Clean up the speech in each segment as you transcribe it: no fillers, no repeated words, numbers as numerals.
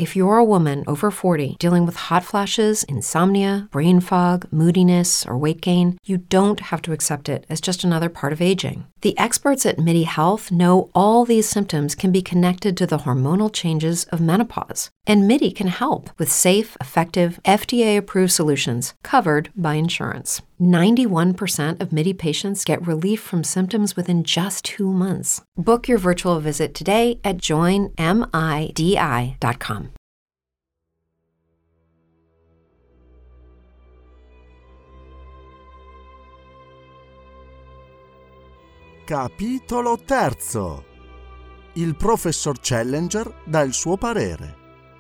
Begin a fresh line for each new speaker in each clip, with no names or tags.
If you're a woman over 40 dealing with hot flashes, insomnia, brain fog, moodiness, or weight gain, you don't have to accept it as just another part of aging. The experts at MIDI Health know all these symptoms can be connected to the hormonal changes of menopause. And MIDI can help with safe, effective, FDA-approved solutions covered by insurance. 91% of MIDI patients get relief from symptoms within just 2 months. Book your virtual visit today at joinmidi.com.
Capitolo terzo. Il professor Challenger dà il suo parere.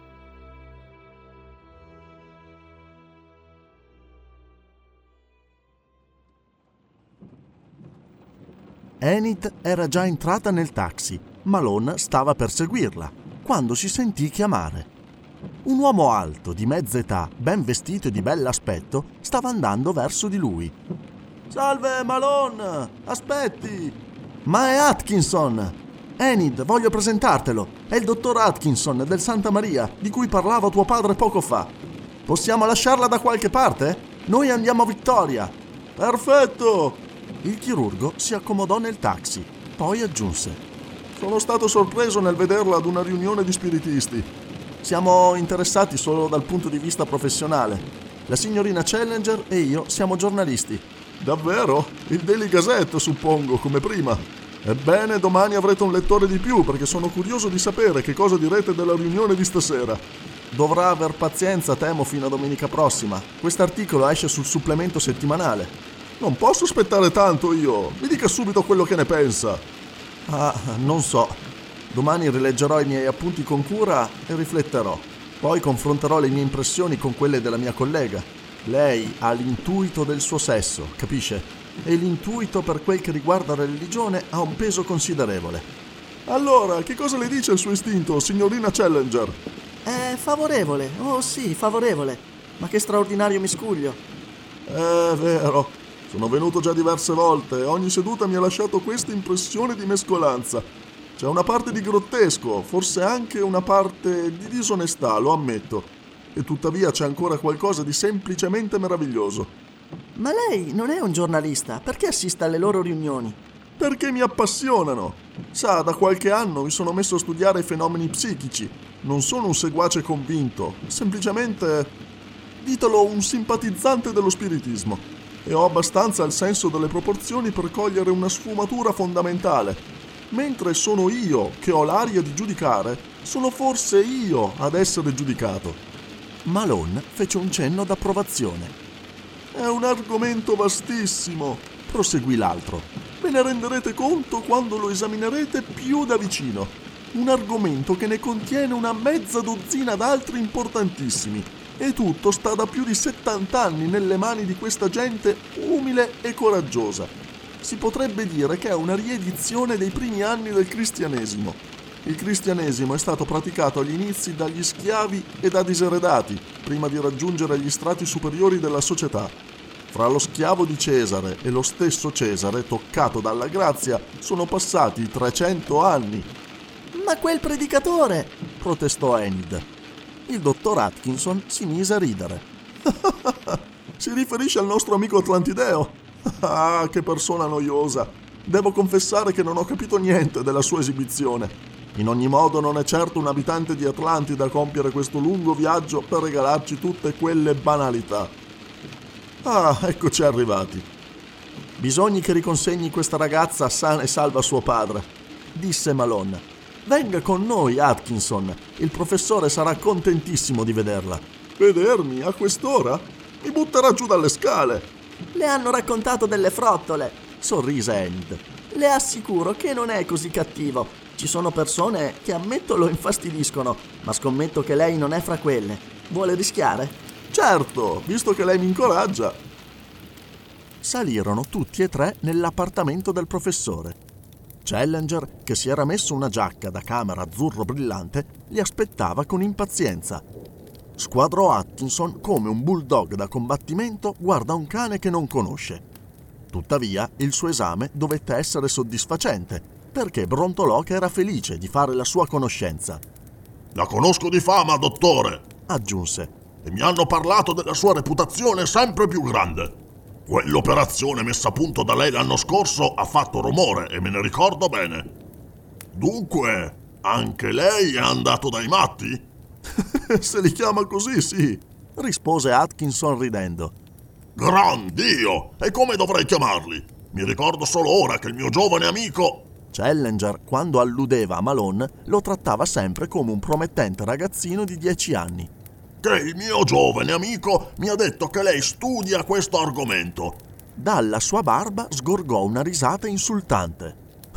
Enid era già entrata nel taxi. Malone stava per seguirla, quando si sentì chiamare. Un uomo alto, di mezza età, ben vestito e di bell'aspetto, stava andando verso di lui. «Salve, Malone! Aspetti!» «Ma è Atkinson!» «Enid, voglio presentartelo. È il dottor Atkinson del Santa Maria, di cui parlava tuo padre poco fa. Possiamo lasciarla da qualche parte? Noi andiamo a Victoria!» «Perfetto!» Il chirurgo si accomodò nel taxi, poi aggiunse: «Sono stato sorpreso nel vederla ad una riunione di spiritisti. Siamo interessati solo dal punto di vista professionale. La signorina Challenger e io siamo giornalisti». «Davvero? Il Daily Gazette, suppongo, come prima. Ebbene, domani avrete un lettore di più, perché sono curioso di sapere che cosa direte della riunione di stasera». «Dovrà aver pazienza, temo, fino a domenica prossima. Quest'articolo esce sul supplemento settimanale». «Non posso aspettare tanto io. Mi dica subito quello che ne pensa». «Ah, non so. Domani rileggerò i miei appunti con cura e rifletterò. Poi confronterò le mie impressioni con quelle della mia collega. Lei ha l'intuito del suo sesso, capisce? E l'intuito per quel che riguarda la religione ha un peso considerevole». «Allora, che cosa le dice il suo istinto, signorina Challenger?»
«È favorevole, oh sì, favorevole. Ma che straordinario miscuglio».
«È vero. Sono venuto già diverse volte e ogni seduta mi ha lasciato questa impressione di mescolanza. C'è una parte di grottesco, forse anche una parte di disonestà, lo ammetto. E tuttavia c'è ancora qualcosa di semplicemente meraviglioso».
«Ma lei non è un giornalista, perché assiste alle loro riunioni?»
«Perché mi appassionano. Sa, da qualche anno mi sono messo a studiare i fenomeni psichici. Non sono un seguace convinto, semplicemente, ditelo, un simpatizzante dello spiritismo. E ho abbastanza il senso delle proporzioni per cogliere una sfumatura fondamentale. Mentre sono io che ho l'aria di giudicare, sono forse io ad essere giudicato». Malone fece un cenno d'approvazione. «È un argomento vastissimo», proseguì l'altro. «Ve ne renderete conto quando lo esaminerete più da vicino. Un argomento che ne contiene una mezza dozzina d'altri importantissimi. E tutto sta da più di 70 anni nelle mani di questa gente umile e coraggiosa. Si potrebbe dire che è una riedizione dei primi anni del cristianesimo. Il cristianesimo è stato praticato agli inizi dagli schiavi e da diseredati, prima di raggiungere gli strati superiori della società. Fra lo schiavo di Cesare e lo stesso Cesare, toccato dalla grazia, sono passati 300 anni».
«Ma quel predicatore!»
protestò Enid. Il dottor Atkinson si mise a ridere. «Si riferisce al nostro amico Atlantideo? Ah, che persona noiosa! Devo confessare che non ho capito niente della sua esibizione. In ogni modo non è certo un abitante di Atlantide a compiere questo lungo viaggio per regalarci tutte quelle banalità. Ah, eccoci arrivati. Bisogna che riconsegni questa ragazza sana e salva a suo padre», disse Malone. «Venga con noi, Atkinson. Il professore sarà contentissimo di vederla». «Vedermi? A quest'ora? Mi butterà giù dalle scale».
«Le hanno raccontato delle frottole»,
sorrise Enid.
«Le assicuro che non è così cattivo. Ci sono persone che ammetto lo infastidiscono, ma scommetto che lei non è fra quelle. Vuole rischiare?»
«Certo, visto che lei mi incoraggia». Salirono tutti e tre nell'appartamento del professore. Challenger, che si era messo una giacca da camera azzurro brillante, li aspettava con impazienza. Squadrò Atkinson come un bulldog da combattimento guarda un cane che non conosce. Tuttavia, il suo esame dovette essere soddisfacente, perché brontolò che era felice di fare la sua conoscenza.
La conosco di fama, dottore,
aggiunse.
e mi hanno parlato della sua reputazione sempre più grande. Quell'operazione messa a punto da lei l'anno scorso ha fatto rumore e me ne ricordo bene. Dunque, anche lei è andato dai matti?
Se li chiama così, sì, rispose Atkinson ridendo.
Gran Dio! E come dovrei chiamarli? Mi ricordo solo ora che il mio giovane amico...
Challenger, quando alludeva a Malone, lo trattava sempre come un promettente ragazzino di 10 anni.
Che il mio giovane amico mi ha detto che lei studia questo argomento.
Dalla sua barba sgorgò una risata insultante.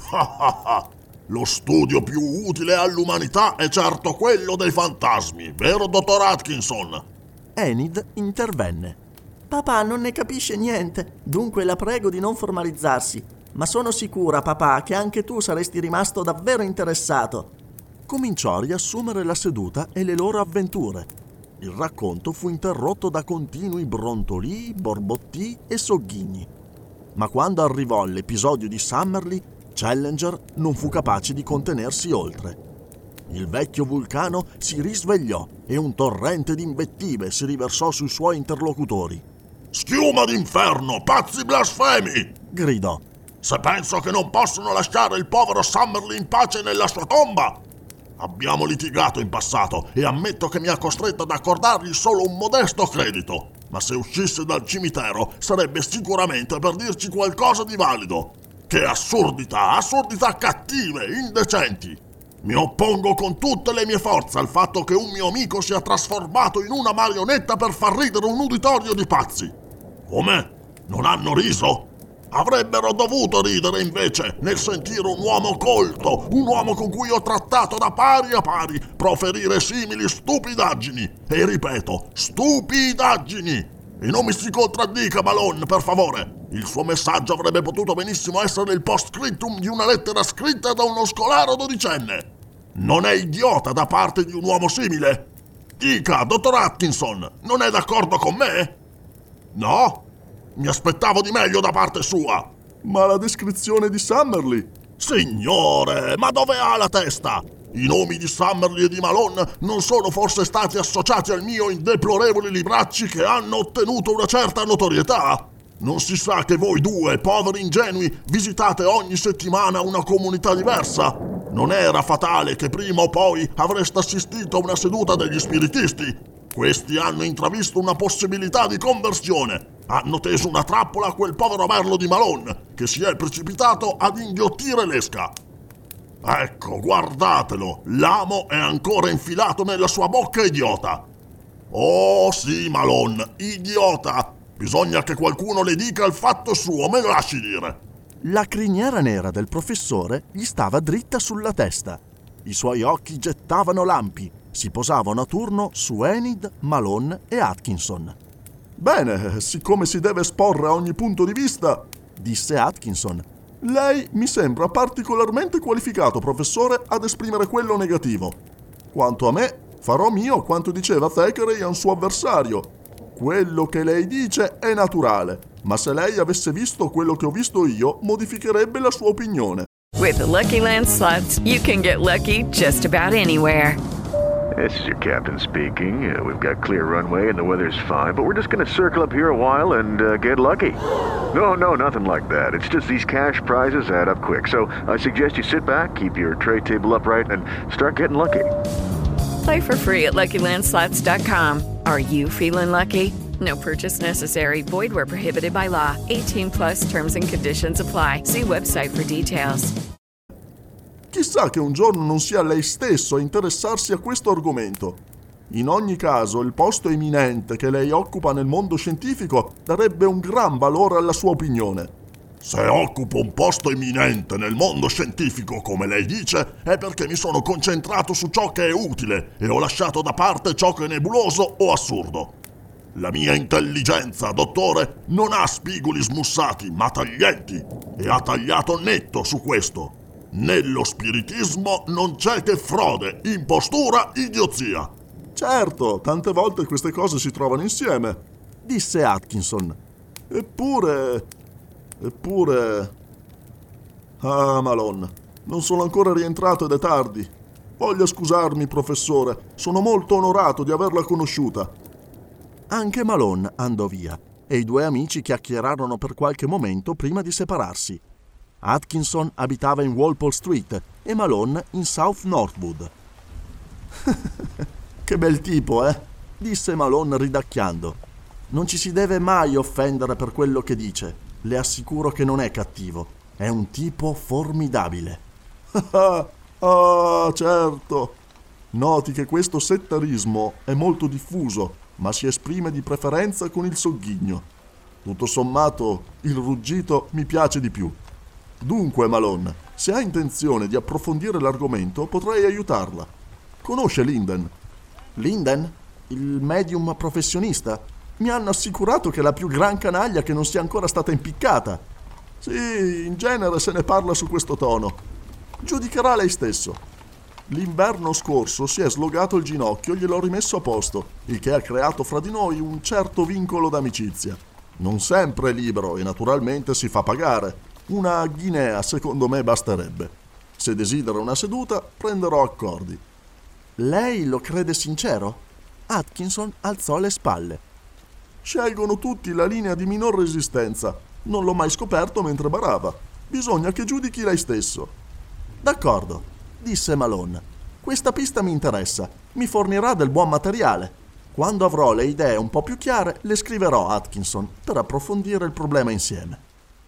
Lo studio più utile all'umanità è certo quello dei fantasmi, vero, dottor Atkinson?
Enid intervenne.
Papà non ne capisce niente, dunque la prego di non formalizzarsi. Ma sono sicura, papà, che anche tu saresti rimasto davvero interessato.
Cominciò a riassumere la seduta e le loro avventure. Il racconto fu interrotto da continui brontolii, borbottii e sogghigni. Ma quando arrivò all'episodio di Summerlee, Challenger non fu capace di contenersi oltre. Il vecchio vulcano si risvegliò e un torrente di invettive si riversò sui suoi interlocutori.
«Schiuma d'inferno, pazzi blasfemi!»
gridò.
«Se penso che non possono lasciare il povero Summerlee in pace nella sua tomba! Abbiamo litigato in passato e ammetto che mi ha costretto ad accordargli solo un modesto credito, ma se uscisse dal cimitero sarebbe sicuramente per dirci qualcosa di valido. Che assurdità, assurdità cattive, indecenti! Mi oppongo con tutte le mie forze al fatto che un mio amico sia trasformato in una marionetta per far ridere un uditorio di pazzi. Come? Non hanno riso? Avrebbero dovuto ridere invece nel sentire un uomo colto, un uomo con cui ho trattato da pari a pari, proferire simili stupidaggini. E ripeto, stupidaggini! E non mi si contraddica, Malone, per favore. Il suo messaggio avrebbe potuto benissimo essere il post-scriptum di una lettera scritta da uno scolaro dodicenne. Non è idiota da parte di un uomo simile? Dica, dottor Atkinson, non è d'accordo con me? No? Mi aspettavo di meglio da parte sua.
Ma la descrizione di Summerlee?
Signore, ma dove ha la testa? I nomi di Summerlee e di Malone non sono forse stati associati al mio in deplorevoli libracci che hanno ottenuto una certa notorietà? Non si sa che voi due, poveri ingenui, visitate ogni settimana una comunità diversa? Non era fatale che prima o poi avreste assistito a una seduta degli spiritisti? Questi hanno intravisto una possibilità di conversione. Hanno teso una trappola a quel povero merlo di Malone, che si è precipitato ad inghiottire l'esca. Ecco, guardatelo, l'amo è ancora infilato nella sua bocca, idiota. Oh sì, Malone, idiota. Bisogna che qualcuno le dica il fatto suo, me lo lasci dire.
La criniera nera del professore gli stava dritta sulla testa. I suoi occhi gettavano lampi, si posavano a turno su Enid, Malone e Atkinson.
Bene, siccome si deve esporre a ogni punto di vista,
disse Atkinson,
lei mi sembra particolarmente qualificato, professore, ad esprimere quello negativo. Quanto a me, farò mio quanto diceva Thackeray a un suo avversario. Quello che lei dice è naturale, ma se lei avesse visto quello che ho visto io, modificherebbe la sua opinione.
With the Lucky Land Slots, you can get lucky just about anywhere.
This is your captain speaking. We've got clear runway and the weather's fine, but we're just going to circle up here a while and get lucky. No, nothing like that. It's just these cash prizes add up quick. So I suggest you sit back, keep your tray table upright, and start getting lucky.
Play for free at LuckyLandSlots.com. Are you feeling lucky? No purchase necessary. Void where prohibited by law. 18 plus terms and conditions apply. See website for details.
Chissà che un giorno non sia lei stesso a interessarsi a questo argomento. In ogni caso, il posto eminente che lei occupa nel mondo scientifico darebbe un gran valore alla sua opinione.
Se occupo un posto eminente nel mondo scientifico, come lei dice, è perché mi sono concentrato su ciò che è utile e ho lasciato da parte ciò che è nebuloso o assurdo. La mia intelligenza, dottore, non ha spigoli smussati, ma taglienti, e ha tagliato netto su questo. Nello spiritismo non c'è che frode, impostura, idiozia.
Certo, tante volte queste cose si trovano insieme,
disse Atkinson.
Eppure... Ah, Malone, non sono ancora rientrato ed è tardi. Voglia scusarmi, professore, sono molto onorato di averla conosciuta.
Anche Malone andò via e i due amici chiacchierarono per qualche momento prima di separarsi. Atkinson abitava in Walpole Street e Malone in South Northwood. Che bel tipo, eh? Disse Malone ridacchiando. Non ci si deve mai offendere per quello che dice. Le assicuro che non è cattivo. È un tipo formidabile.
Ah, certo. Noti che questo settarismo è molto diffuso, ma si esprime di preferenza con il sogghigno. Tutto sommato, il ruggito mi piace di più. Dunque, Malone, se ha intenzione di approfondire l'argomento, potrei aiutarla. Conosce Linden?
Linden? Il medium professionista? Mi hanno assicurato che è la più gran canaglia che non sia ancora stata impiccata.
Sì, in genere se ne parla su questo tono. Giudicherà lei stesso. L'inverno scorso si è slogato il ginocchio e gliel'ho rimesso a posto, il che ha creato fra di noi un certo vincolo d'amicizia. Non sempre è libero e naturalmente si fa pagare. Una guinea secondo me basterebbe. Se desidera una seduta, prenderò accordi.
Lei lo crede sincero? Atkinson alzò le spalle.
Scelgono tutti la linea di minor resistenza. Non l'ho mai scoperto mentre barava. Bisogna che giudichi lei stesso.
D'accordo, disse Malone. Questa pista mi interessa. Mi fornirà del buon materiale. Quando avrò le idee un po' più chiare, le scriverò a Atkinson per approfondire il problema insieme.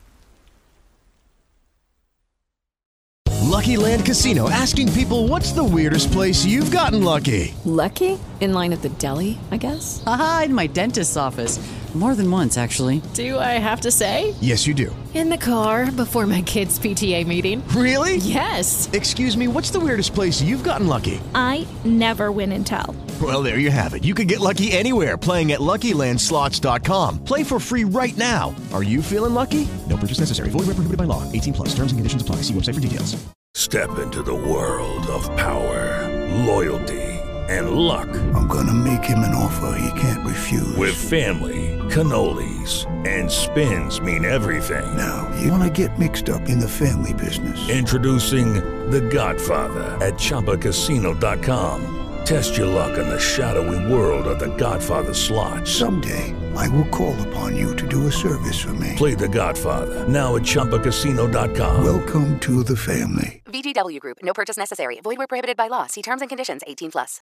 Lucky Land Casino, asking people, what's the weirdest place you've gotten lucky?
Lucky? In line at the deli, I guess?
Aha, in my dentist's office. More than once, actually.
Do I have to say?
Yes, you do.
In the car before my kids' PTA meeting.
Really?
Yes.
Excuse me, what's the weirdest place you've gotten lucky?
I never win and tell.
Well, there you have it. You can get lucky anywhere, playing at LuckyLandSlots.com. Play for free right now. Are you feeling lucky? No purchase necessary. Void where prohibited by law. 18+. Terms and conditions apply. See website for details.
Step into the world of power, loyalty, and luck.
I'm gonna make him an offer he can't refuse.
With family, cannolis, and spins mean everything.
Now, you wanna get mixed up in the family business.
Introducing The Godfather at ChumbaCasino.com. Test your luck in the shadowy world of The Godfather slot.
Someday, I will call upon you to do a service for me.
Play The Godfather, now at ChumbaCasino.com.
Welcome to the family.
VGW Group. No purchase necessary. Void where prohibited by law. See terms and conditions. 18+.